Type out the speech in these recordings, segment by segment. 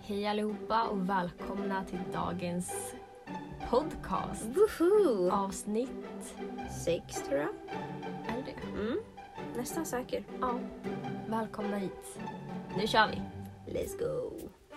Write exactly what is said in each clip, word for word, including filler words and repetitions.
Hej allihopa och välkomna till dagens podcast. Woho! Avsnitt Sex tror jag. är det? Mm. Nästan säker. Ja. Välkomna hit. Nu kör vi. Let's go.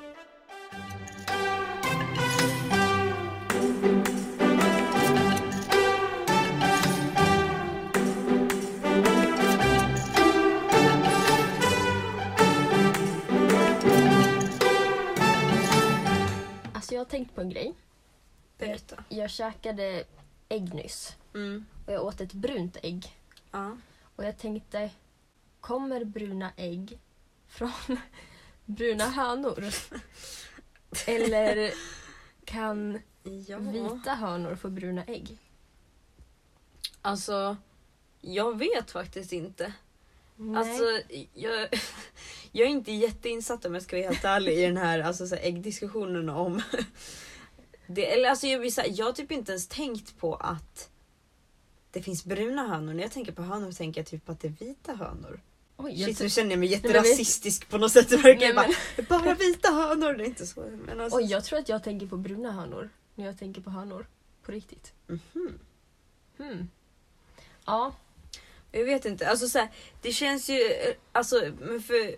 Alltså jag har tänkt på en grej. Berätta. Jag käkade ägg nyss. Mm. Och jag åt ett brunt ägg. Ja. Och jag tänkte, kommer bruna ägg från bruna hönor? Eller kan Ja. vita hönor få bruna ägg? Alltså, jag vet faktiskt inte. Nej. Alltså, jag, jag är inte jätteinsatt om jag ska vara helt ärlig i den här, alltså, så här äggdiskussionen om... Det, eller alltså, jag, så här, jag har typ inte ens tänkt på att det finns bruna hönor. När jag tänker på hönor tänker jag typ att det är vita hönor. Oj, Shit, jag nu känner jag mig Nej, men jätterasistisk på något sätt. Det verkar Nej, men- bara, bara vita hönor, det är inte så. Men alltså, Oj, jag tror att jag tänker på bruna hönor när jag tänker på hönor. På riktigt. mhm. Hmm. Ja. Jag vet inte, alltså så här, det känns ju, eh, alltså, men för...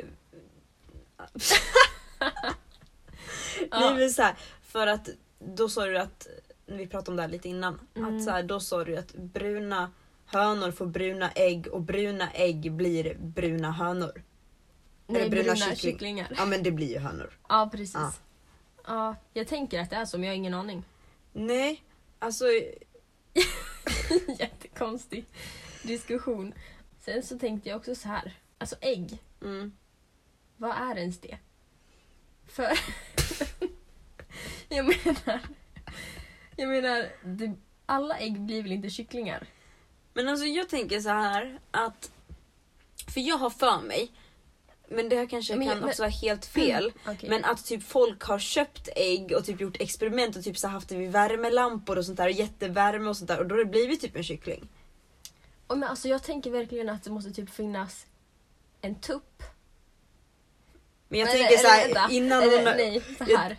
Nej, men så här, för att då sa du att, när vi pratade om det här lite innan, Mm. att så här, då sa du att bruna hönor får bruna ägg och bruna ägg blir bruna hönor. Nej, Eller bruna bruna kyckling. kycklingar. Ja, men det blir ju hönor. Ja, precis. Ja. Ja. Jag tänker att det är så, men jag har ingen aning. Nej, alltså, Jättekonstig diskussion. Sen så tänkte jag också så här. Alltså ägg, mm. vad är ens det? För... jag menar... Jag menar, det, alla ägg blir väl inte kycklingar? Men alltså jag tänker så här att, för jag har för mig, men det här kanske Men- kan men- också vara helt fel. Okej. Men att typ folk har köpt ägg och typ gjort experiment och typ så haft det vid värmelampor och sånt där och jättevärme och sånt där och då har det blivit typ en kyckling. Och men alltså jag tänker verkligen att det måste typ finnas en tupp. Men jag Eller- tänker så här eller vänta. innan Eller, hon har- nej, så här.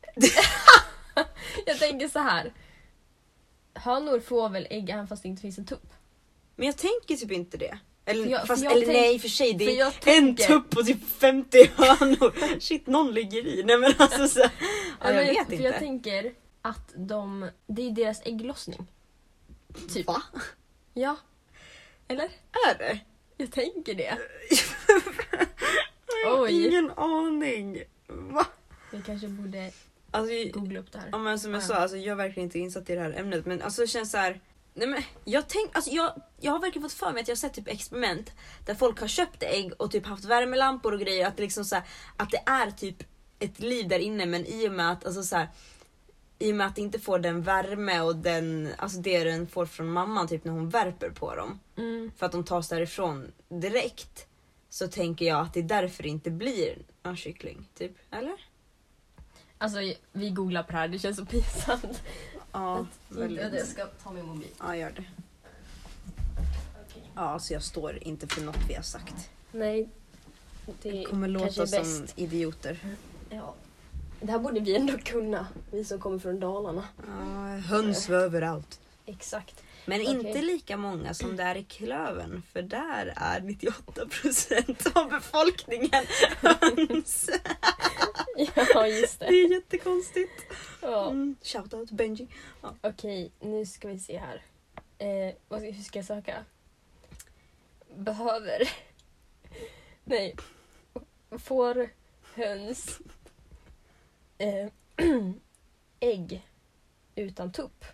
Jag tänker så här. Hönor får väl ägg även fast det inte finns en tupp. Men jag tänker typ inte det. Eller, För jag- fast, för jag eller tänk- nej för sig, det för är jag en tänker- tupp och typ femtio hönor. Shit, någon ligger i. Nej men alltså så, ja, jag men, vet för inte. jag tänker att de, det är deras ägglossning. Typ. Va? Ja. Eller? Är det? Jag tänker det. Jag har Oj. ingen aning. Va? Vi kanske borde Alltså, googla upp det här. ja, men som jag Ja, sa, ja. alltså, jag är verkligen inte insatt i det här ämnet. Men alltså, det känns så här. Nej, men jag, tänk, alltså, jag, jag har verkligen fått för mig att jag har sett typ experiment där folk har köpt ägg och typ haft värmelampor och grejer. Att det, liksom så här, att det är typ ett liv där inne, men i och med att, alltså, så här, i och med att det inte får den värme och den, alltså, det den får från mamman typ när hon värper på dem. Mm. För att de tas därifrån direkt. Så tänker jag att det är därför det inte blir en kyckling. Typ, eller? Alltså vi googlar på det här, det känns så pinsamt. Ja, Inte att jag ska ta min mobil. Ja, gör det. Okej. Ja, så jag står inte för något vi har sagt. Nej, det Det kommer kanske låta är som bäst. idioter. Ja. Det här borde vi ändå kunna, vi som kommer från Dalarna. Ja, höns var överallt. Exakt. Men Okej. inte lika många som där i Klöven. För där är nittioåtta procent av befolkningen höns. Ja, just Det det. är jättekonstigt. Ja. Mm, shoutout Benji. Ja. Okej, nu ska vi se här. Eh, vad ska, hur ska jag söka? Behöver... Nej. Får höns eh, ägg utan tupp?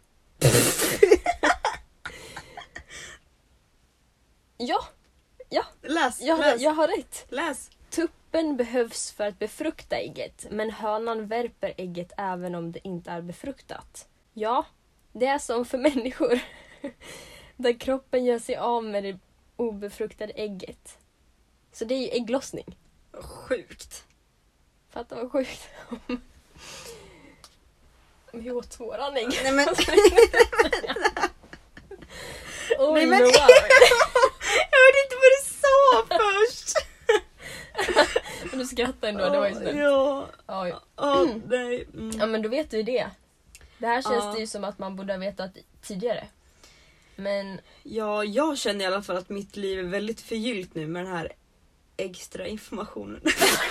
Ja, Läs, jag, läs, jag har rätt. läs. Tuppen behövs för att befrukta ägget, men hönan värper ägget även om det inte är befruktat. Ja, det är som för människor. Där kroppen gör sig av med det obefruktade ägget. Så det är ju ägglossning. Sjukt. Fatta vad sjukt. Om vi åt våran ägg. Nej men, Oj, nej, men no, wow. jag hörde inte vad du sa först. du skrattar ändå, det var ju snällt. Ja, Oj. ja, nej. Mm. Ja, men då vet du det. Det här känns Ja. det ju som att man borde ha vetat tidigare. Men Ja, jag känner i alla fall att mitt liv är väldigt förgyllt nu med den här extra informationen.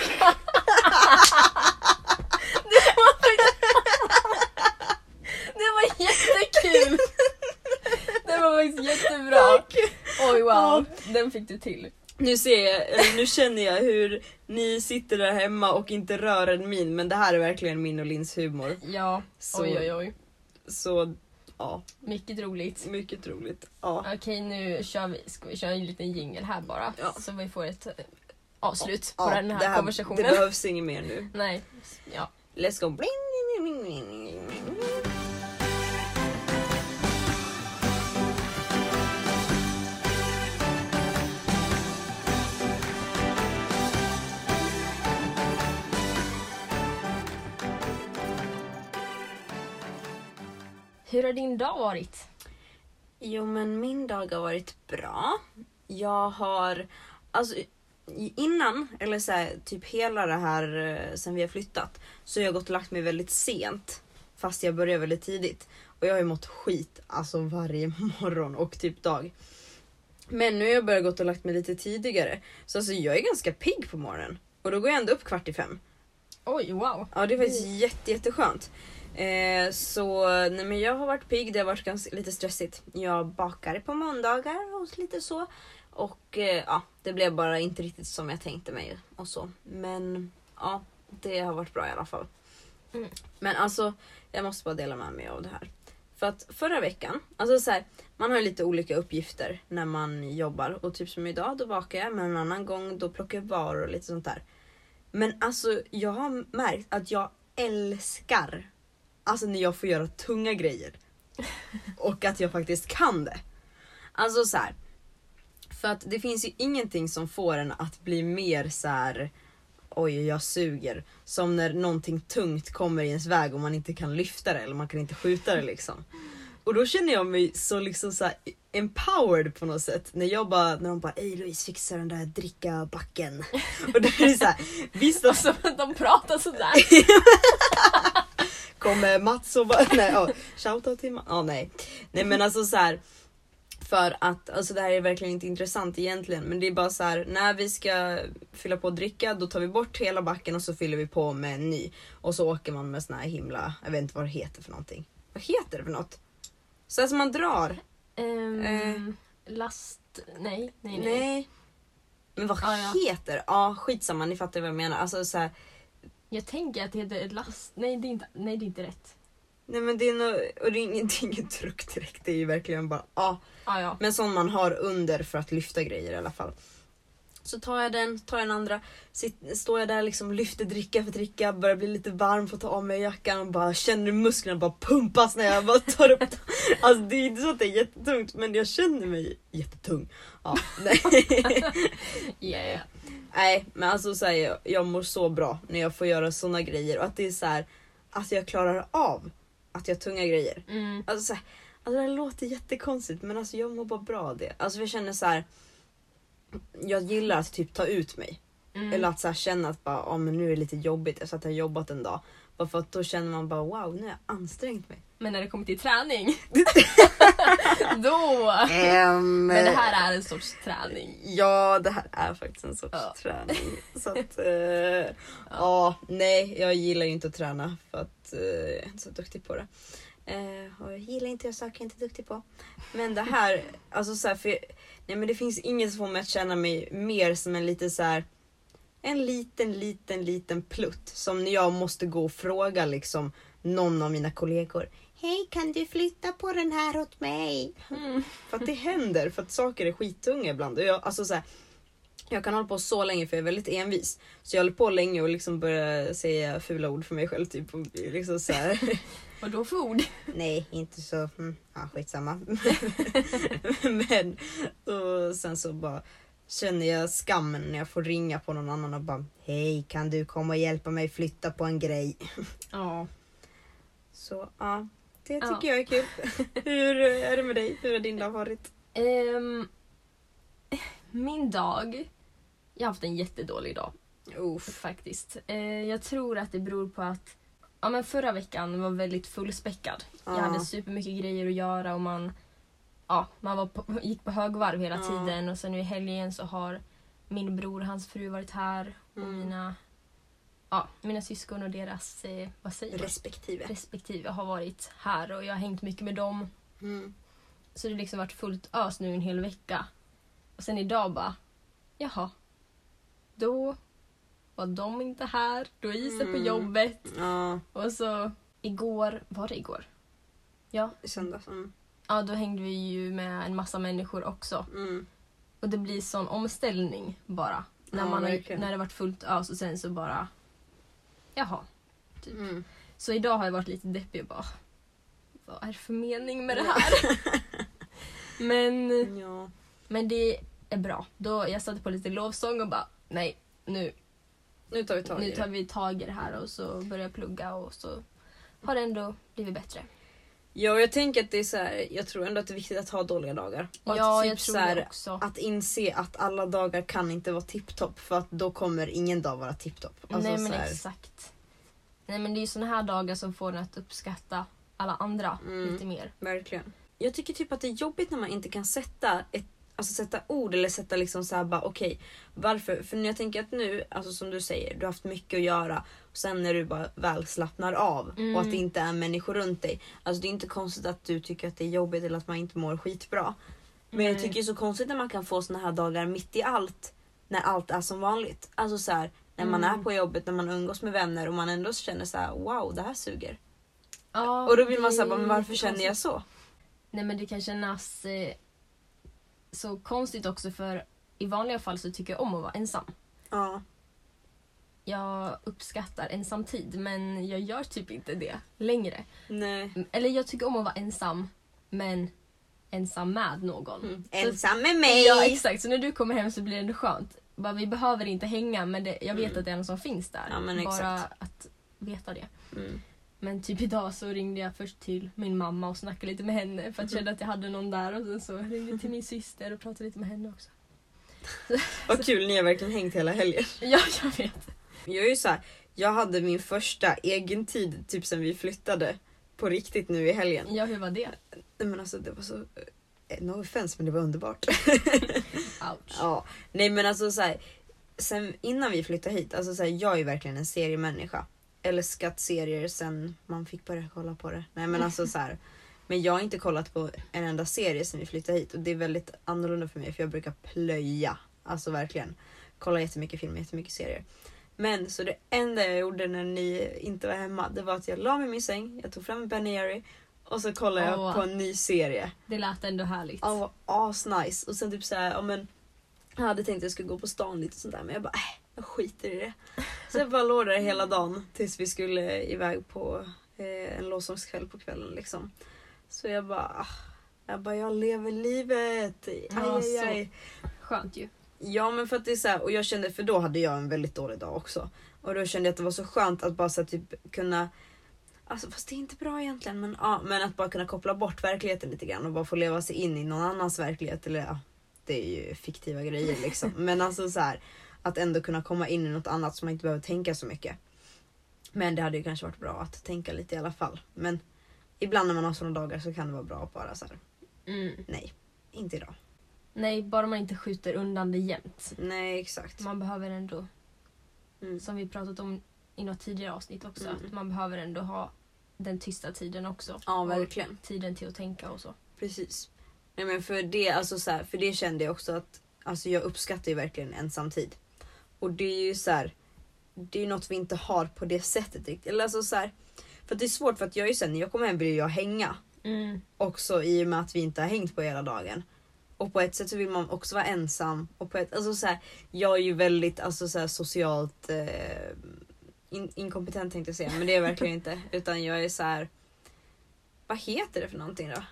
det var jättekul! Det var faktiskt jättebra. Oj, wow. Den fick du till. Nu ser jag, eller nu känner jag hur ni sitter där hemma och inte rör en min, men det här är verkligen min och Lins humor. Ja, Så, oj oj oj. Så, ja, Mycket roligt. mycket roligt. Ja. Okej, nu kör vi, ska vi köra en liten jingle här bara. Ja. Så vi får ett eh, avslut Ja, på den här, det konversationen. Det behövs inget mer nu. Nej, ja. Let's go. Hur har din dag varit? Jo, men min dag har varit bra. Jag har, alltså innan, eller så här, typ hela det här eh, sen vi har flyttat, så har jag gått och lagt mig väldigt sent. Fast jag började väldigt tidigt. Och jag har ju mått skit, alltså varje morgon och typ dag. Men nu har jag börjat gått och lagt mig lite tidigare. Så alltså jag är ganska pigg på morgonen. Och då går jag ändå upp kvart i fem. Oj, wow. Ja, det är faktiskt jätte, jätteskönt. Eh, så nej, men jag har varit pigg, det har varit ganska, lite stressigt. Jag bakar på måndagar och lite så. Och eh, ja, det blev bara inte riktigt som jag tänkte mig och så. Men ja, det har varit bra i alla fall. Mm. Men alltså, jag måste bara dela med mig av det här. För att förra veckan, alltså så här, man har ju lite olika uppgifter när man jobbar. Och typ som idag, då bakar jag. Men en annan gång, då plockar jag varor och lite sånt där. Men alltså, jag har märkt att jag älskar alltså när jag får göra tunga grejer. Och att jag faktiskt kan det. Alltså så här. För att det finns ju ingenting som får en att bli mer så här: oj, jag suger. Som när någonting tungt kommer i ens väg och man inte kan lyfta det. Eller man kan inte skjuta det liksom. Och då känner jag mig så liksom så här empowered på något sätt. När jag bara, när de bara, ej Louise, fixa den där dricka backen. Och då är det så här, visst att Alltså, de pratar sådär. kommer Mats och bara, nej, ja, shoutout till Mats. Ja, nej. Nej, men alltså så här, för att, alltså det här är verkligen inte intressant egentligen. Men det är bara så här, när vi ska fylla på och dricka, då tar vi bort hela backen och så fyller vi på med en ny. Och så åker man med såna här himla, jag vet inte vad det heter för någonting. Vad heter det för något? Så att man drar. Um, Eh. Last... Nej, nej, nej. Nej. Men vad Ah, ja. heter? Ja, skitsamma, ni fattar vad jag menar. Alltså så här, Jag tänker att det heter ett last... Nej, det är inte, nej, det är inte rätt. nej men det är nog, och det är ingen, det är ingen truck direkt. Det är ju verkligen bara, ja. Ah, ja. Men som man har under för att lyfta grejer i alla fall. Så tar jag den, tar en andra. Sitt, står jag där liksom, lyfter dricka för dricka. Börjar bli lite varm, får ta av mig jackan. Och bara känner musklerna bara pumpas när jag bara tar upp. Alltså det är inte så att det är jättetungt. Men jag känner mig jättetung. Ja, nej. Yeah. Nej, men alltså så här, jag, jag mår så bra när jag får göra såna grejer. Och att det är så här, att jag klarar av att jag tunga grejer. Mm. Alltså, så här, alltså det låter jättekonstigt, men alltså jag mår bara bra av det. Alltså jag känner så här, jag gillar att typ ta ut mig. Mm. Eller att så här, känna att bara, oh, men nu är det lite jobbigt efter att jag har jobbat en dag. Bara för att då känner man bara, wow, nu har jag ansträngt mig. Men när det kommer till träning, då... Um, Men det här är en sorts träning. Ja, det här är faktiskt en sorts Ja. träning. Så att, uh, ja. ja, nej, jag gillar ju inte att träna för att uh, jag är inte så duktig på det. Uh, och jag gillar inte jag saker jag inte är duktig på. Men det här, alltså så här, för nej, men det finns inget som får mig att känna mig mer som en lite så här, en liten, liten, liten plutt. Som när jag måste gå och fråga liksom någon av mina kollegor. Hej, kan du flytta på den här åt mig? Mm. För att det händer, för att saker är skittunga ibland. Och jag, alltså så här, jag kan hålla på så länge för jag är väldigt envis. Så jag håller på länge och liksom börjar säga fula ord för mig själv. Typ, och liksom så här. Vad då för ord? Nej, inte så. Mm, ja, skitsamma. Men och sen så bara känner jag skammen när jag får ringa på någon annan och bara, hej, kan du komma och hjälpa mig flytta på en grej? Ja. Så ja, det tycker Ja. jag är kul. Hur är det med dig? Hur har din dag varit? Um, min dag... Jag har haft en jättedålig dag. Uff. faktiskt. Eh, jag tror att det beror på att ja, men förra veckan var väldigt fullspäckad. Ja. Jag hade supermycket grejer att göra och man, ja, man var på, gick på högvarv hela Ja. tiden. Och sen nu i helgen så har min bror och hans fru varit här. Och Mm. mina, ja, mina syskon och deras eh, vad säger man? Respektive. respektive har varit här. Och jag har hängt mycket med dem. Mm. Så det har liksom varit fullt ös nu en hel vecka. Och sen idag bara, jaha. Då var de inte här. Då är Isa på Mm. jobbet. Ja, Och så igår, var det igår? Ja, i söndags. Mm. ja, då hängde vi ju med en massa människor också. Mm. Och det blir sån omställning bara. När, Ja, man har, verkligen. när det varit fullt ös och sen så bara, jaha. Typ. Mm. Så idag har jag varit lite deppig och bara, vad är det för mening med det här? men, Ja. men det är bra. Då, jag satte på lite lovsång och bara, nej, nu, Nu tar vi tag i nu det. tar vi tag i det här och så börjar jag plugga och så har det ändå blivit bättre. Ja, och jag tänker att det är så här, jag tror ändå att det är viktigt att ha dåliga dagar. Och Ja, att jag typ tror så här, det också. att inse att alla dagar kan inte vara tipptopp, för att då kommer ingen dag vara tipptopp. Alltså, Nej men så här, exakt. Nej men det är ju såna här dagar som får en att uppskatta alla andra Mm. lite mer. Verkligen. Jag tycker typ att det är jobbigt när man inte kan sätta ett, alltså sätta ord eller sätta liksom så här bara okej, varför? För när jag tänker att nu, alltså som du säger, du har haft mycket att göra och sen när du bara väl slappnar av Mm. och att det inte är människor runt dig. Alltså det är inte konstigt att du tycker att det är jobbigt eller att man inte mår skitbra. Men jag Nej. tycker det är så konstigt när man kan få såna här dagar mitt i allt, när allt är som vanligt. Alltså så här, när man Mm. är på jobbet, när man umgås med vänner och man ändå känner så här: wow, det här suger. Ja, Och då vill det man säga, är men varför lite känner jag konstigt. så? Nej men det kan kännas eh, så konstigt också för i vanliga fall så tycker jag om att vara ensam. Ja. Jag uppskattar ensamtid men jag gör typ inte det längre. Nej. Eller jag tycker om att vara ensam men ensam med någon. Mm. Så- Ensam med mig! Ja exakt, så när du kommer hem så blir det ändå skönt. Bara, vi behöver inte hänga men det, jag vet Mm. att det är någon som finns där. Ja, men Bara exakt. att veta det. Mm. Men typ idag så ringde jag först till min mamma och snackade lite med henne för att känna att jag hade någon där och sen så ringde jag till min syster och pratade lite med henne också. Vad kul, ni har verkligen hängt hela helgen. Ja, jag vet. Jag är ju så här, jag hade min första egen tid typ sen vi flyttade på riktigt nu i helgen. Ja, hur var det? Nej men alltså det var så, eh, no offense men det var underbart. Ouch. Ja, nej men alltså så här, sen innan vi flyttade hit, alltså så här, jag är verkligen en seriemänniska. Älskat serier sen man fick börja kolla på det. Nej men alltså så här, men jag har inte kollat på en enda serie sen vi flyttade hit och det är väldigt annorlunda för mig för jag brukar plöja, alltså verkligen kolla jättemycket film, jättemycket serier. Men så det enda jag gjorde när ni inte var hemma, det var att jag la mig i min säng, jag tog fram en Ben and Jerry och så kollade jag Åh. på en ny serie. Det lät ändå härligt. Ja, det var asnice. Och sen typ såhär, ja men jag hade tänkt att jag skulle gå på stan lite och sånt där, men jag bara, äh, jag skiter i det. Så jag bara låg där hela dagen tills vi skulle iväg på eh, en lovsångskväll på kvällen liksom. Så jag bara, ah, jag bara, jag lever livet. Aj, Ja, aj, så. aj. Skönt ju. Ja men för att det är så här, och jag kände, för då hade jag en väldigt dålig dag också. Och då kände jag att det var så skönt att bara så här, typ kunna, alltså fast det är inte bra egentligen, men ja, men att bara kunna koppla bort verkligheten lite grann och bara få leva sig in i någon annans verklighet, eller ja, det är ju fiktiva grejer liksom. Men alltså så här, att ändå kunna komma in i något annat som man inte behöver tänka så mycket. Men det hade ju kanske varit bra att tänka lite i alla fall. Men ibland när man har sådana dagar så kan det vara bra att bara så här, Mm. nej, inte idag. Nej, bara man inte skjuter undan det jämt. Nej, exakt. Man behöver ändå, Mm. som vi pratat om i något tidigare avsnitt också, Mm. att man behöver ändå ha den tysta tiden också. Ja, Och verkligen. tiden till att tänka och så. Precis. Nej men för det, alltså så här, för det kände jag också att alltså jag uppskattar ju verkligen ensamtid. Och det är ju så här, det är ju något vi inte har på det sättet riktigt. Eller alltså så här, för att det är svårt för att jag är ju sen när jag kommer hem vill jag hänga Mm. också i och med att vi inte har hängt på hela dagen. Och på ett sätt så vill man också vara ensam och på ett, alltså så här, jag är ju väldigt alltså så här, socialt eh, in, inkompetent tänkte jag säga, men det är jag verkligen inte, utan jag är så här, vad heter det för någonting då?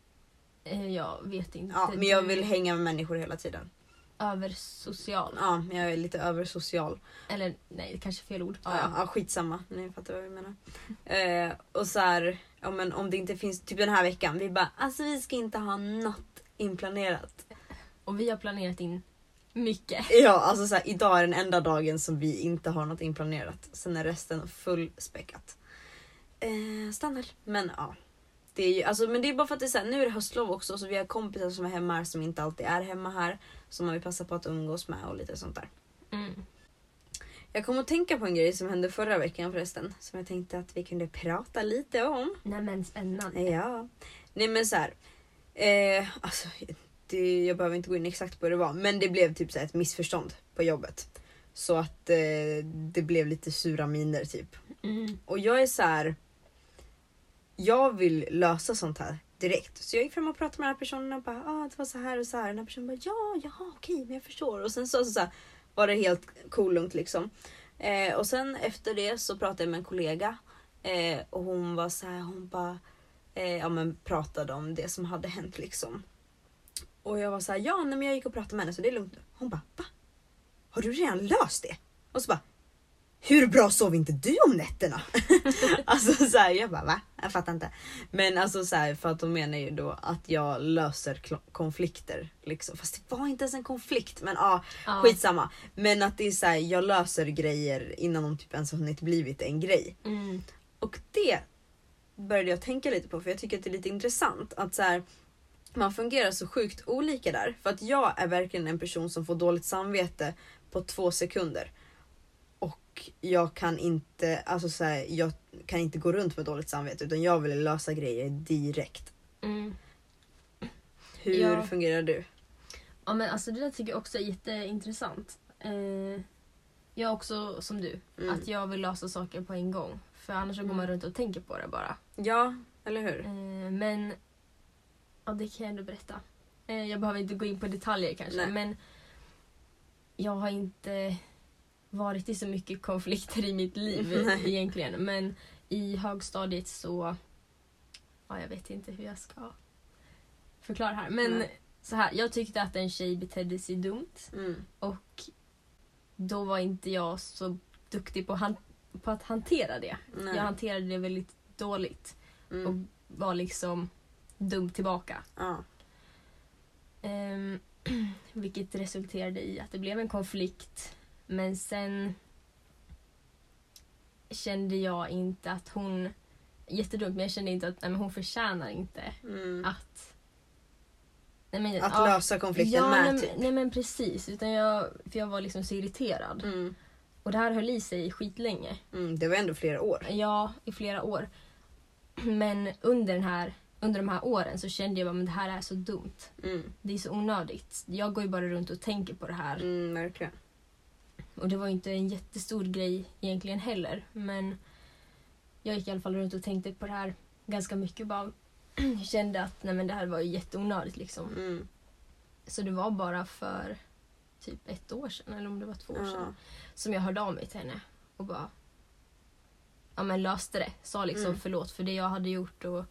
Eh, Jag vet inte. Ja, men jag Du vill är hänga med människor hela tiden. översocial. Ja, men jag är lite översocial. Eller nej, det kanske är fel ord. Ja, ja. ja skitsamma. Ni fattar vad jag menar. Eh, och så här, ja, men om det inte finns, typ den här veckan, vi bara, alltså vi ska inte ha något inplanerat. Och vi har planerat in mycket. Ja, alltså så här, idag är den enda dagen som vi inte har något inplanerat. Sen är resten fullspäckat. Eh, standard. Men ja. Det är ju, alltså, men det är bara för att det är så här, nu är det höstlov också. Så vi har kompisar som är hemma här som inte alltid är hemma här. Som man vill passa på att umgås med och lite sånt där. Mm. Jag kom att tänka på en grej som hände förra veckan förresten. Som jag tänkte att vi kunde prata lite om. Nej men spännande. Ja. Nej men så här. Eh, alltså, det, jag behöver inte gå in exakt på hur det var. Men det blev typ så här ett missförstånd på jobbet. Så att eh, det blev lite sura miner typ. Mm. Och jag är så här. Jag vill lösa sånt här direkt. Så jag gick fram och pratade med den här personen och bara, ah, det var så här och så här. Den här personen bara, ja, jaha, okej, men jag förstår. Och sen så, så, så här, var det helt cool lugnt liksom. Eh, och sen efter det så pratade jag med en kollega. Eh, och hon var så här, hon bara, eh, ja men pratade om det som hade hänt liksom. Och jag var så här, ja, nej, men jag gick och pratade med henne så det är lugnt nu. Hon bara, va? Har du redan löst det? Och så bara, hur bra sov inte du om nätterna? Alltså så här, jag bara, va? Jag fattar inte. Men alltså så här, för att de menar ju då att jag löser kl- konflikter liksom. Fast det var inte ens en konflikt, men ja, Ja. skitsamma. Men att det är så här, jag löser grejer innan de typ ens har hunnit blivit en grej. Mm. Och det började jag tänka lite på, för jag tycker att det är lite intressant att så här, man fungerar så sjukt olika där. För att jag är verkligen en person som får dåligt samvete på två sekunder. Och jag kan inte, alltså så här, jag kan inte gå runt med dåligt samvete, utan jag vill lösa grejer direkt. Mm. Hur Ja. fungerar du? Ja men alltså det där tycker jag också är jätteintressant. Eh, jag är också som du. Mm. Att jag vill lösa saker på en gång. För annars så går man runt och tänker på det bara. Ja, eller hur? Eh, men ja, det kan jag ändå berätta. Eh, jag behöver inte gå in på detaljer kanske. Nej. Men jag har inte varit i så mycket konflikter i mitt liv Nej. egentligen. Men i högstadiet så... Ja, jag vet inte hur jag ska förklara här. Men Nej. så här, jag tyckte att en tjej betedde sig dumt. Mm. Och då var inte jag så duktig på, han- på att hantera det. Nej. Jag hanterade det väldigt dåligt. Mm. Och var liksom dum tillbaka. Ja. Ehm, vilket resulterade i att det blev en konflikt. Men sen kände jag inte att hon... Jättedumt, men jag kände inte att nej, men hon förtjänar inte Mm. att... Nej, men, Att ja, lösa konflikten ja, med nej, typ. nej men precis. Utan jag, för jag var liksom så irriterad. Mm. Och det här höll i sig skitlänge. Mm. Det var ändå flera år. Ja, i flera år. Men under, den här, under de här åren så kände jag att det här är så dumt. Mm. Det är så onödigt. Jag går ju bara runt och tänker på det här. Mm, verkligen. Och det var ju inte en jättestor grej egentligen heller. Men jag gick i alla fall runt och tänkte på det här ganska mycket. Bara kände att nej, men det här var ju jätteonödigt liksom. Mm. Så det var bara för typ ett år sedan, eller om det var två år Ja. sedan, som jag hörde av mig till henne och bara ja, men löste det. Sa liksom Mm. förlåt för det jag hade gjort och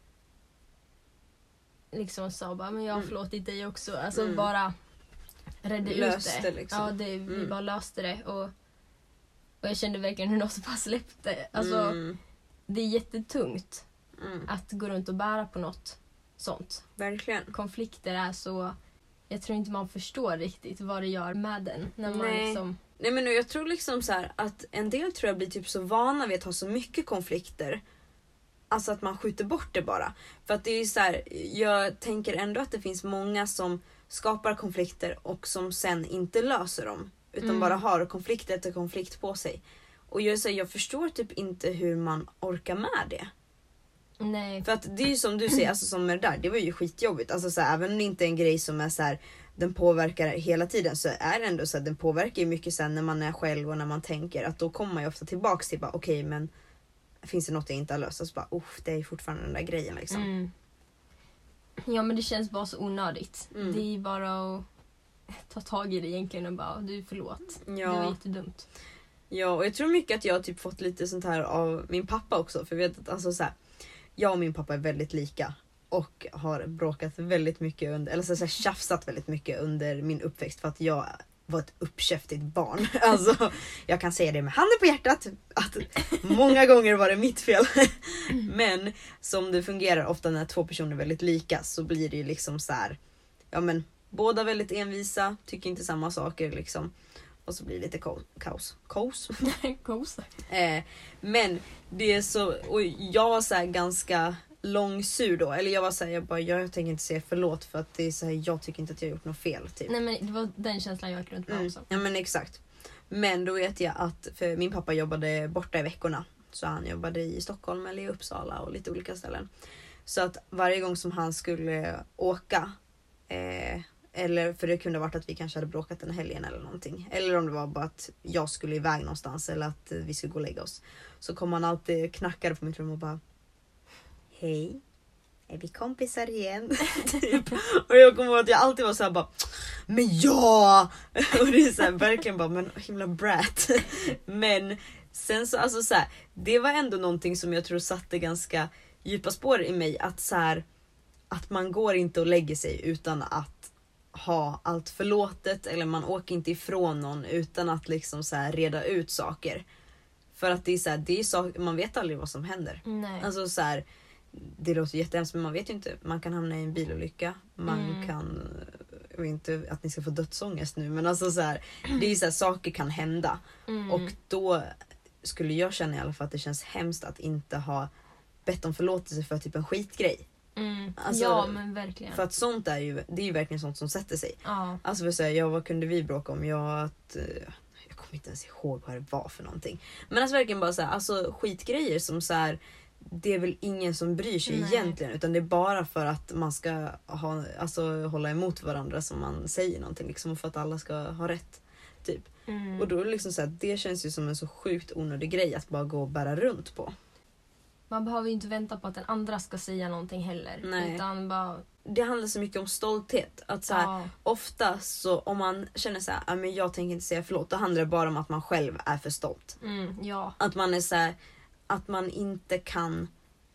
liksom sa bara men jag har Mm. förlåtit dig också. Alltså Mm. bara redde ut Löste det. liksom. Ja, det, vi Mm. bara löste det och, och jag kände verkligen hur något bara släppte. Alltså Mm. det är jättetungt Mm. att gå runt och bära på något sånt. Verkligen. Konflikter är så... Jag tror inte man förstår riktigt vad det gör med den. När man Nej. liksom... Nej men nu, jag tror liksom så här att en del tror jag blir typ så vana vid att ha så mycket konflikter. Alltså att man skjuter bort det bara. För att det är ju så här, jag tänker ändå att det finns många som skapar konflikter och som sen inte löser dem. Utan Mm. bara har konflikt efter konflikt på sig. Och jag, så här, jag förstår typ inte hur man orkar med det. Nej. För att det är ju som du säger, alltså som med det där, det var ju skitjobbigt. Alltså så här, även om det inte är en grej som är så här, den påverkar hela tiden, så är det ändå så att den påverkar ju mycket sen när man är själv och när man tänker att då kommer man ju ofta tillbaks till bara okej, okay, men finns det något jag inte har löst? Så bara uff, det är fortfarande den där grejen liksom. Mm. Ja men det känns bara så onödigt. Mm. Det är ju bara att ta tag i det egentligen och bara du förlåt. Det var Ja. jättedumt. Ja, och jag tror mycket att jag har typ fått lite sånt här av min pappa också. För jag vet att alltså så här, jag och min pappa är väldigt lika. Och har bråkat väldigt mycket under, eller så, så här, tjafsat väldigt mycket under min uppväxt. För att jag var ett uppkäftigt barn. Alltså, jag kan säga det med handen på hjärtat. Att många gånger var det mitt fel. Men som det fungerar ofta när två personer är väldigt lika, så blir det ju liksom så här. Ja men båda väldigt envisa, tycker inte samma saker liksom. Och så blir det lite kaos. Kaos. Kaos. Kaos. eh, men det är så, och jag var så här ganska långsur då. Eller jag var så här, jag bara, jag tänker inte säga förlåt för att det är så här, jag tycker inte att jag har gjort något fel typ. Nej men det var den känslan jag gick runt med mm. också. Ja men exakt. Men då vet jag att, för min pappa jobbade borta i veckorna. Så han jobbade i Stockholm eller i Uppsala och lite olika ställen. Så att varje gång som han skulle åka, eh, eller för det kunde ha varit att vi kanske hade bråkat den helgen eller någonting. Eller om det var bara att jag skulle iväg någonstans eller att vi skulle gå och lägga oss. Så kom han alltid knackade på mitt rum och bara, hej, är vi kompisar igen? typ. Och jag kommer ihåg att jag alltid var så här bara, men ja! Och det är så här, verkligen bara, men himla brat. Men sen så, alltså så här, det var ändå någonting som jag tror satte ganska djupa spår i mig. Att så här, att man går inte och lägger sig utan att ha allt förlåtet. Eller man åker inte ifrån någon utan att liksom så här reda ut saker. För att det är så här, det är så, man vet aldrig vad som händer. Nej. Alltså så här, det låter jättehemskt men man vet ju inte. Man kan hamna i en bilolycka. Man Mm. kan, jag vet inte att ni ska få dödsångest nu. Men alltså så här, det är så här, saker kan hända. Mm. Och då skulle jag känna i alla fall att det känns hemskt att inte ha bett om förlåtelse för typ en skitgrej. Mm. Alltså, ja men verkligen. För att sånt är ju, det är ju verkligen sånt som sätter sig. Ja. Alltså för att säga, ja, vad kunde vi bråka om? Jag att, jag kommer inte ens ihåg vad det var för någonting. Men alltså verkligen bara så här, alltså skitgrejer som så här, det är väl ingen som bryr sig Nej. egentligen. Utan det är bara för att man ska ha, alltså, hålla emot varandra som man säger någonting. Liksom, och för att alla ska ha rätt. Typ. Mm. Och då är det liksom så här, det känns ju som en så sjukt onödig grej att bara gå och bära runt på. Man behöver ju inte vänta på att den andra ska säga någonting heller. Nej. Utan bara... Det handlar så mycket om stolthet. Att så här, Ja. ofta så om man känner så här, "Ah, men jag tänker inte säga förlåt", då handlar det bara om att man själv är för stolt. Mm, ja. Att man är så här, att man inte kan,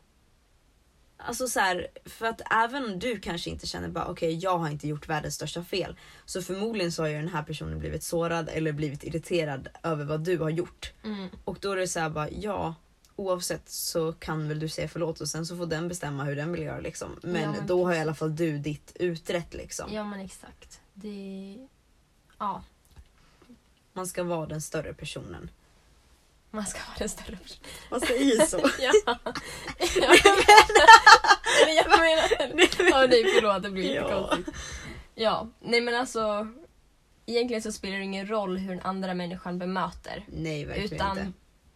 alltså så här, för att även om du kanske inte känner bara okej, okay, jag har inte gjort världens största fel, så förmodligen så har ju den här personen blivit sårad eller blivit irriterad över vad du har gjort. Mm. Och då är det så här bara, ja, oavsett så kan väl du säga förlåt och sen så får den bestämma hur den vill göra liksom. Men, Ja, men då har i precis. alla fall du ditt uträtt liksom. Ja men exakt. Det... Ja. Man ska vara den större personen. Man ska vara den större personen. Man säger så. Ja. ja. Eller jag menar... Ja, nej, förlåt, det blir lite Ja. konstigt. Ja, nej men alltså... Egentligen så spelar det ingen roll hur den andra människan bemöter. Nej, verkligen Utan... inte.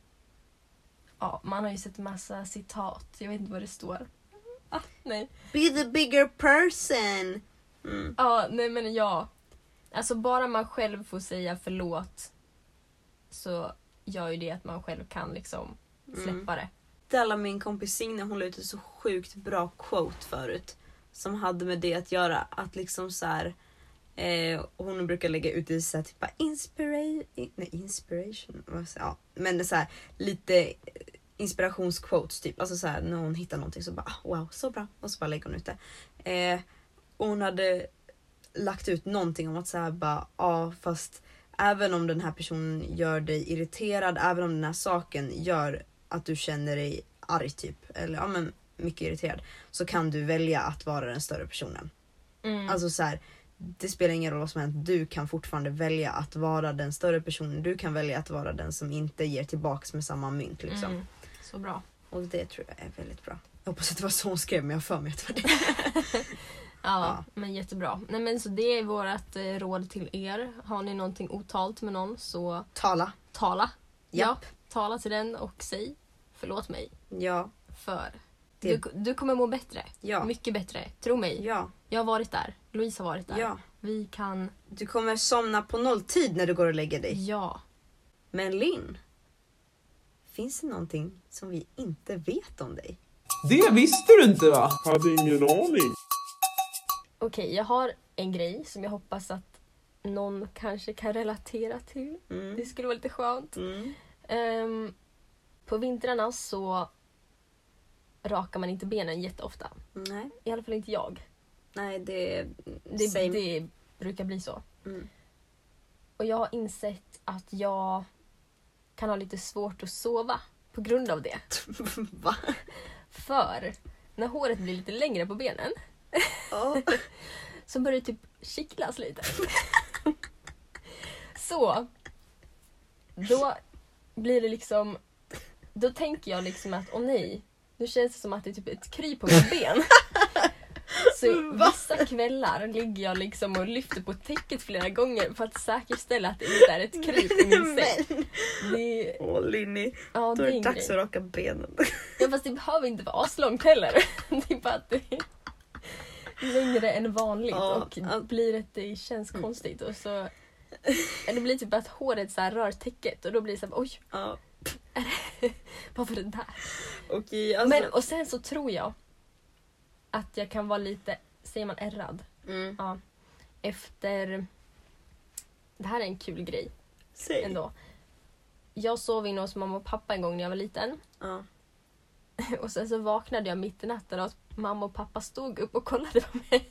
Ja, man har ju sett massa citat. Jag vet inte vad det står. Ah, nej. Be the bigger person. Mm. Ja, nej men ja. Alltså bara man själv får säga förlåt så gör ju det att man själv kan liksom släppa Mm. det. Alla min kompis Signe, hon la ut ett så sjukt bra quote förut. Som hade med det att göra. Att liksom så här, eh, hon brukar lägga ut i så här typ inspiration. Nej, inspiration. Vad säger jag? Ja, men det är så här lite inspirationsquotes typ. Alltså så här när hon hittar någonting så bara wow, så bra. Och så bara lägger hon ut det. Eh, och hon hade lagt ut någonting om att så här bara ja, fast även om den här personen gör dig irriterad, även om den här saken gör att du känner dig arg typ, eller ja men mycket irriterad, så kan du välja att vara den större personen. Mm. Alltså så här, det spelar ingen roll vad som hänt, du kan fortfarande välja att vara den större personen, du kan välja att vara den som inte ger tillbaks med samma mynt liksom. Mm. Så bra. Och det tror jag är väldigt bra. Jag hoppas att det var så hon skrev, men jag har för mig att det var det. Ja, Ja. men jättebra. Nej men så det är vårt eh, råd till er. Har ni någonting otalt med någon så Tala. tala. Japp. Ja, tala till den och säg förlåt mig. Ja. För Det- du, du kommer må bättre. Ja. Mycket bättre. Tro mig. Ja. Jag har varit där. Louise har varit där. Ja. Vi kan... Du kommer somna på nolltid när du går och lägger dig. Ja. Men Linn, finns det någonting som vi inte vet om dig? Det visste du inte va? Hade ingen aning. Okej, jag har en grej som jag hoppas att någon kanske kan relatera till. Mm. Det skulle vara lite skönt. Mm. Ehm, på vintrarna så rakar man inte benen jätteofta. Nej. I alla fall inte jag. Nej, det... Det, Same. det brukar bli så. Mm. Och jag har insett att jag kan ha lite svårt att sova på grund av det. Va? För när håret blir lite längre på benen Ja. så börjar det typ kittlas lite. Så då blir det liksom, då tänker jag liksom att åh nej, nu känns det som att det är typ ett kryp på mitt ben. Så vissa kvällar ligger jag liksom och lyfter på täcket flera gånger för att säkerställa att det inte är ett kryp i min säng. Det... Åh Linny, ja, då är det det är dags grej. att raka benen. Ja, fast det behöver inte vara aslångt heller. Det är bara att det är längre än vanligt Ja, och ja. blir att det känns konstigt och så eller det blir typ att håret så här rör täcket och då blir det så här, oj, Ja. vad var det där? Okej, alltså... Men och sen så tror jag att jag kan vara lite, säger man ärrad? Mm. Ja. Efter, det här är en kul grej Säg. ändå. Jag sov inne hos mamma och pappa en gång när jag var liten. Ja. Och sen så vaknade jag mitt i natten och att mamma och pappa stod upp och kollade på mig.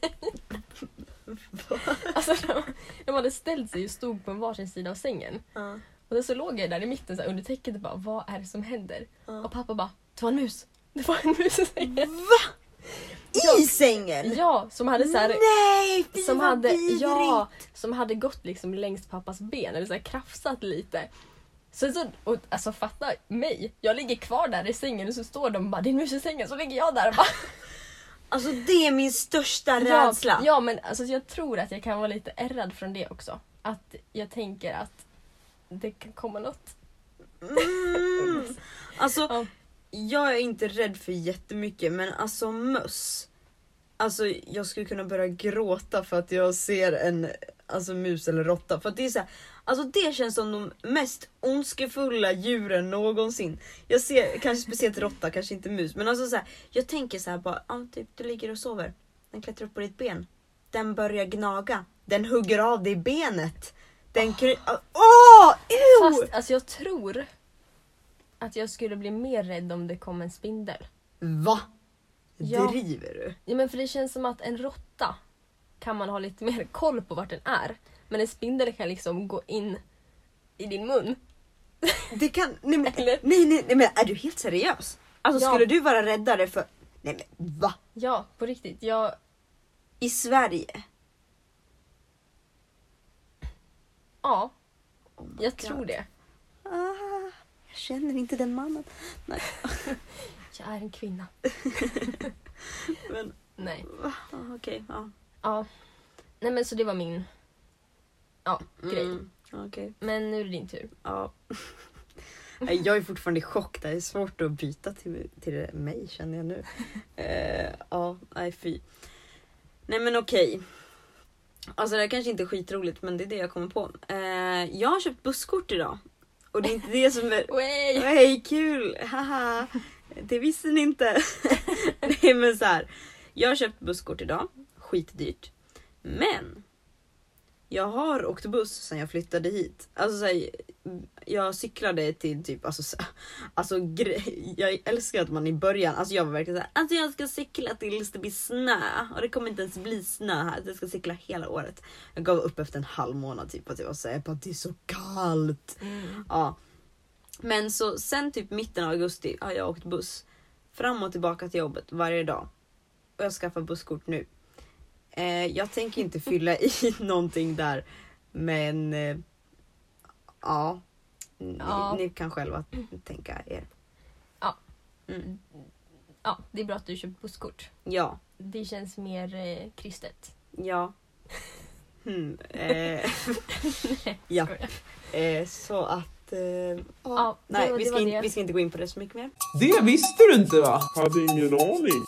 Alltså de, de hade ställt sig och stod på en varsin sida av sängen. Ja. Och då så låg jag där i mitten så här, under täcket och bara, vad är det som händer? Ja. Och pappa bara, det var en mus. Det var en mus i sängen. Va? Ja. I sängen? Ja, som hade så här, Nej, fy som vad hade, vidrigt. ja, som hade gått liksom längs pappas ben eller så här krafsat lite. Så, så och, alltså fatta mig. Jag ligger kvar där i sängen och så står de bara, det är en mus i sängen, så ligger jag där och bara Alltså det är min största rädsla. Ja, ja, men alltså, jag tror att jag kan vara lite ärrad från det också. Att jag tänker att det kan komma något. Mm. Alltså, Ja. jag är inte rädd för jättemycket, men alltså möss. Alltså jag skulle kunna börja gråta för att jag ser en alltså, mus eller råtta. För att det är så här, alltså det känns som de mest ondskefulla djuren någonsin. Jag ser kanske speciellt råtta, kanske inte mus, men alltså så här, jag tänker så här bara, ah, typ du ligger och sover. Den klättrar upp på ditt ben. Den börjar gnaga. Den hugger av dig benet. Den kry... Åh! Oh, ew! Fast alltså, jag tror att jag skulle bli mer rädd om det kom en spindel. Va? Ja. Driver du? Ja, men för det känns som att en råtta kan man ha lite mer koll på vart den är. Men en spindel kan liksom gå in i din mun. Det kan... Nej, men, Eller? nej, nej, nej, men är du helt seriös? Alltså Ja. skulle du vara räddare för... Nej men va? Ja, på riktigt. Jag, I Sverige? ja, Oh my jag God. tror det. Ah, jag känner inte den mannen. Nej. Jag är en kvinna. Men Nej. va? Ah, okej, ja. Ja. Nej, men så det var min ja, grej. Mm, okej, Men nu är det din tur. ja. Nej, jag är fortfarande i chock. Det är svårt att byta till, till mig känner jag nu. Eh, ja, nej fy. Nej men okej. Alltså det här kanske inte är skitroligt, men det är det jag kommer på. Eh, jag har köpt busskort idag. Och det är inte det som är... Wey! Hej, kul! Haha! Det visste ni inte. Nej men så här. Jag har köpt busskort idag. Skitdyrt. Men jag har åkt buss sedan jag flyttade hit. Alltså så här, jag cyklade till typ alltså, så, alltså gre- jag älskar att man i början, alltså jag var verkligen så här, alltså jag ska cykla tills det blir snö och det kommer inte ens bli snö här. Jag ska cykla hela året. Jag gav upp efter en halv månad typ att jag var så här, att det är så kallt. Mm. Ja. Men så sen typ mitten av augusti har jag åkt buss fram och tillbaka till jobbet varje dag. Och jag skaffar busskort nu. Eh, jag tänker inte fylla i någonting där. Men eh, ja, ni, Ja. ni kan själva tänka er. Ja. Mm. Ja, det är bra att du köper busskort. Ja, Det känns mer eh, kristet. ja. Hmm, eh, ja. skojar. Eh, så att... Eh, ja. Ja, det Nej, var- vi det ska, var in, det. vi ska inte gå in på det så mycket mer. Det visste du inte va? Hade ingen aning.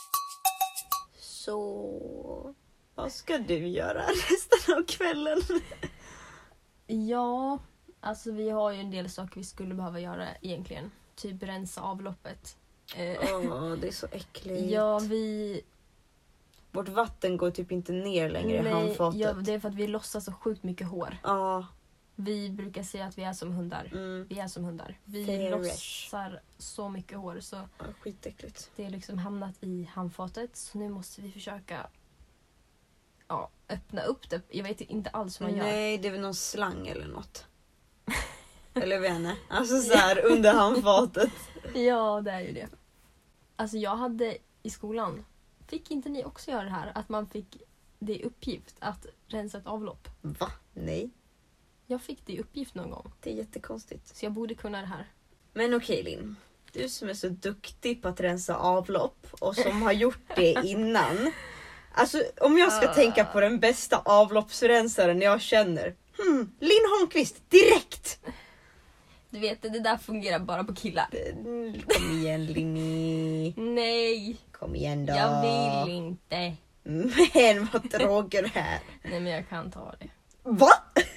Så vad ska du göra resten av kvällen? Ja, alltså vi har ju en del saker vi skulle behöva göra egentligen. Typ rensa avloppet. Eh, Åh, det är så äckligt. ja, vi... Vårt vatten går typ inte ner längre i handfatet. ja, det är för att vi lossar så sjukt mycket hår. Ja. Vi brukar säga att vi är som hundar. Mm. Vi är som hundar. Vi Fairish. lossar så mycket hår så Ja, skitäckligt. det är liksom hamnat i handfatet. Så nu måste vi försöka ja, öppna upp det. Jag vet inte alls hur man gör. Nej, det är väl någon slang eller något. Eller vet inte. Alltså så här under handfatet. Ja, det är ju det. Alltså jag hade i skolan, fick inte ni också göra det här? Att man fick det i uppgift att rensa ett avlopp. Va? Nej. Jag fick det i uppgift någon gång. Det är jättekonstigt. Så jag borde kunna det här. Men okej Linn. Du som är så duktig på att rensa avlopp och som har gjort det innan. Alltså om jag ska Uh. tänka på den bästa avloppsrensaren jag känner. Hmm, Linn Holmqvist, direkt! Du vet, det där fungerar bara på killar. Mm, Kom igen Linny. Nej, Kom igen då. jag vill inte. Men vad tråkig det här. Nej, men jag kan ta det. Va?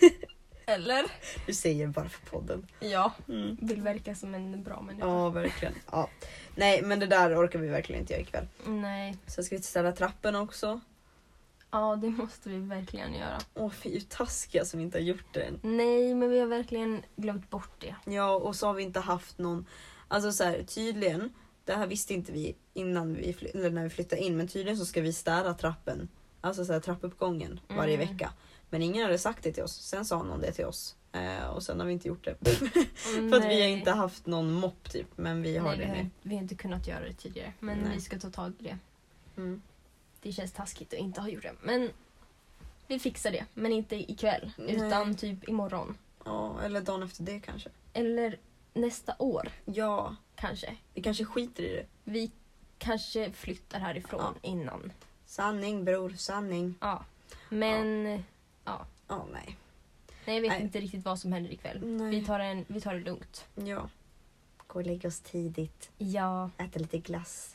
Eller? Du säger bara för podden. Ja, Mm. vill verka som en bra människa. Ja, verkligen. Ja. Nej, men det där orkar vi verkligen inte göra ikväll. Nej, Sen ska vi ställa trapporna också. ja det måste vi verkligen göra. Åh, vi är ju taskiga som inte har gjort det än. Nej, men vi har verkligen glömt bort det. Ja, och så har vi inte haft någon... Alltså så här, tydligen, det här visste inte vi innan vi fly- eller när vi flyttade in, men tydligen så ska vi städa trappen. Alltså så här, trappuppgången varje Mm. vecka. Men ingen hade sagt det till oss. Sen sa någon det till oss. Eh, och sen har vi inte gjort det. Mm, För att vi har nej. inte haft någon mopp typ. Men vi har Nej, det vi, har, nu. vi har inte kunnat göra det tidigare. Men Nej. vi ska ta tag i det. Mm. Det känns taskigt att inte ha gjort det. Men vi fixar det. Men inte ikväll. Nej. Utan typ imorgon. Ja, eller dagen efter det kanske. Eller nästa år Ja, kanske. vi kanske skiter i det. Vi kanske flyttar härifrån Ja. innan. Sanning bror, sanning. Ja. Men ja. Ja, nej. Nej, jag vet Nej. inte riktigt vad som händer ikväll. Nej. Vi tar, en, vi tar det lugnt. Ja. Gå och lägga oss tidigt. Ja. Äta lite glass.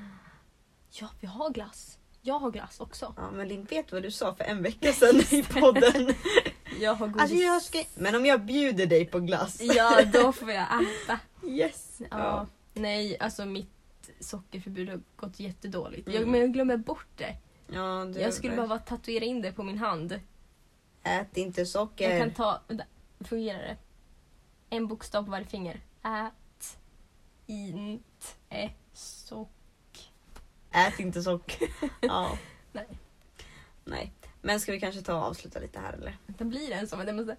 Ja, vi har glass. Jag har glass också. Ja, men Linn, vet vad du sa för en vecka sedan i podden? Jag har godis. Alltså jag ska... Men om jag bjuder dig på glass? Ja, då får jag äta. Yes! Ja. Nej, alltså mitt sockerförbud har gått jättedåligt. Mm. Jag, men jag glömmer bort det. Ja, det Jag skulle behöva tatuera in det på min hand. Ät inte socker. Jag kan ta... Vänta, fungerar det? En bokstav på varje finger. Ät inte socker. Ät inte socker. Ja. Nej. Nej. Men ska vi kanske ta och avsluta lite här eller? Det blir en som... Det måste...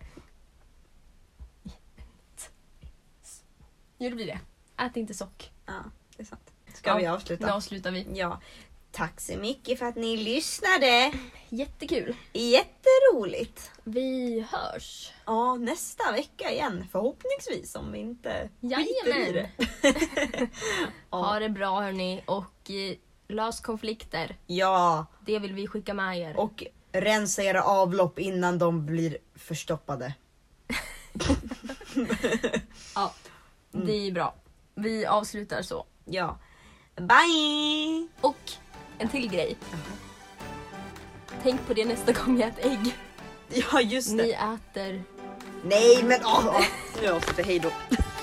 Jo, det blir det. Ät inte sock. Ja, det är sant. Ska Ja, vi Nu avsluta? avslutar vi. Ja. Tack så mycket för att ni lyssnade. Jättekul. Jätteroligt. Vi hörs. Ja, nästa vecka igen. Förhoppningsvis om vi inte skiter i Jajamän. det. Ha Ja. det bra hörni. Och eh, lös konflikter. Ja. Det vill vi skicka med er. Och rensa era avlopp innan de blir förstoppade. Ja, det är bra. Vi avslutar så. Ja. Bye! Och en till grej. Tänk på det nästa gång jag äter ägg. Ja, just det. Ni äter... Nej, men åh! Nu avslutar jag. Hej då.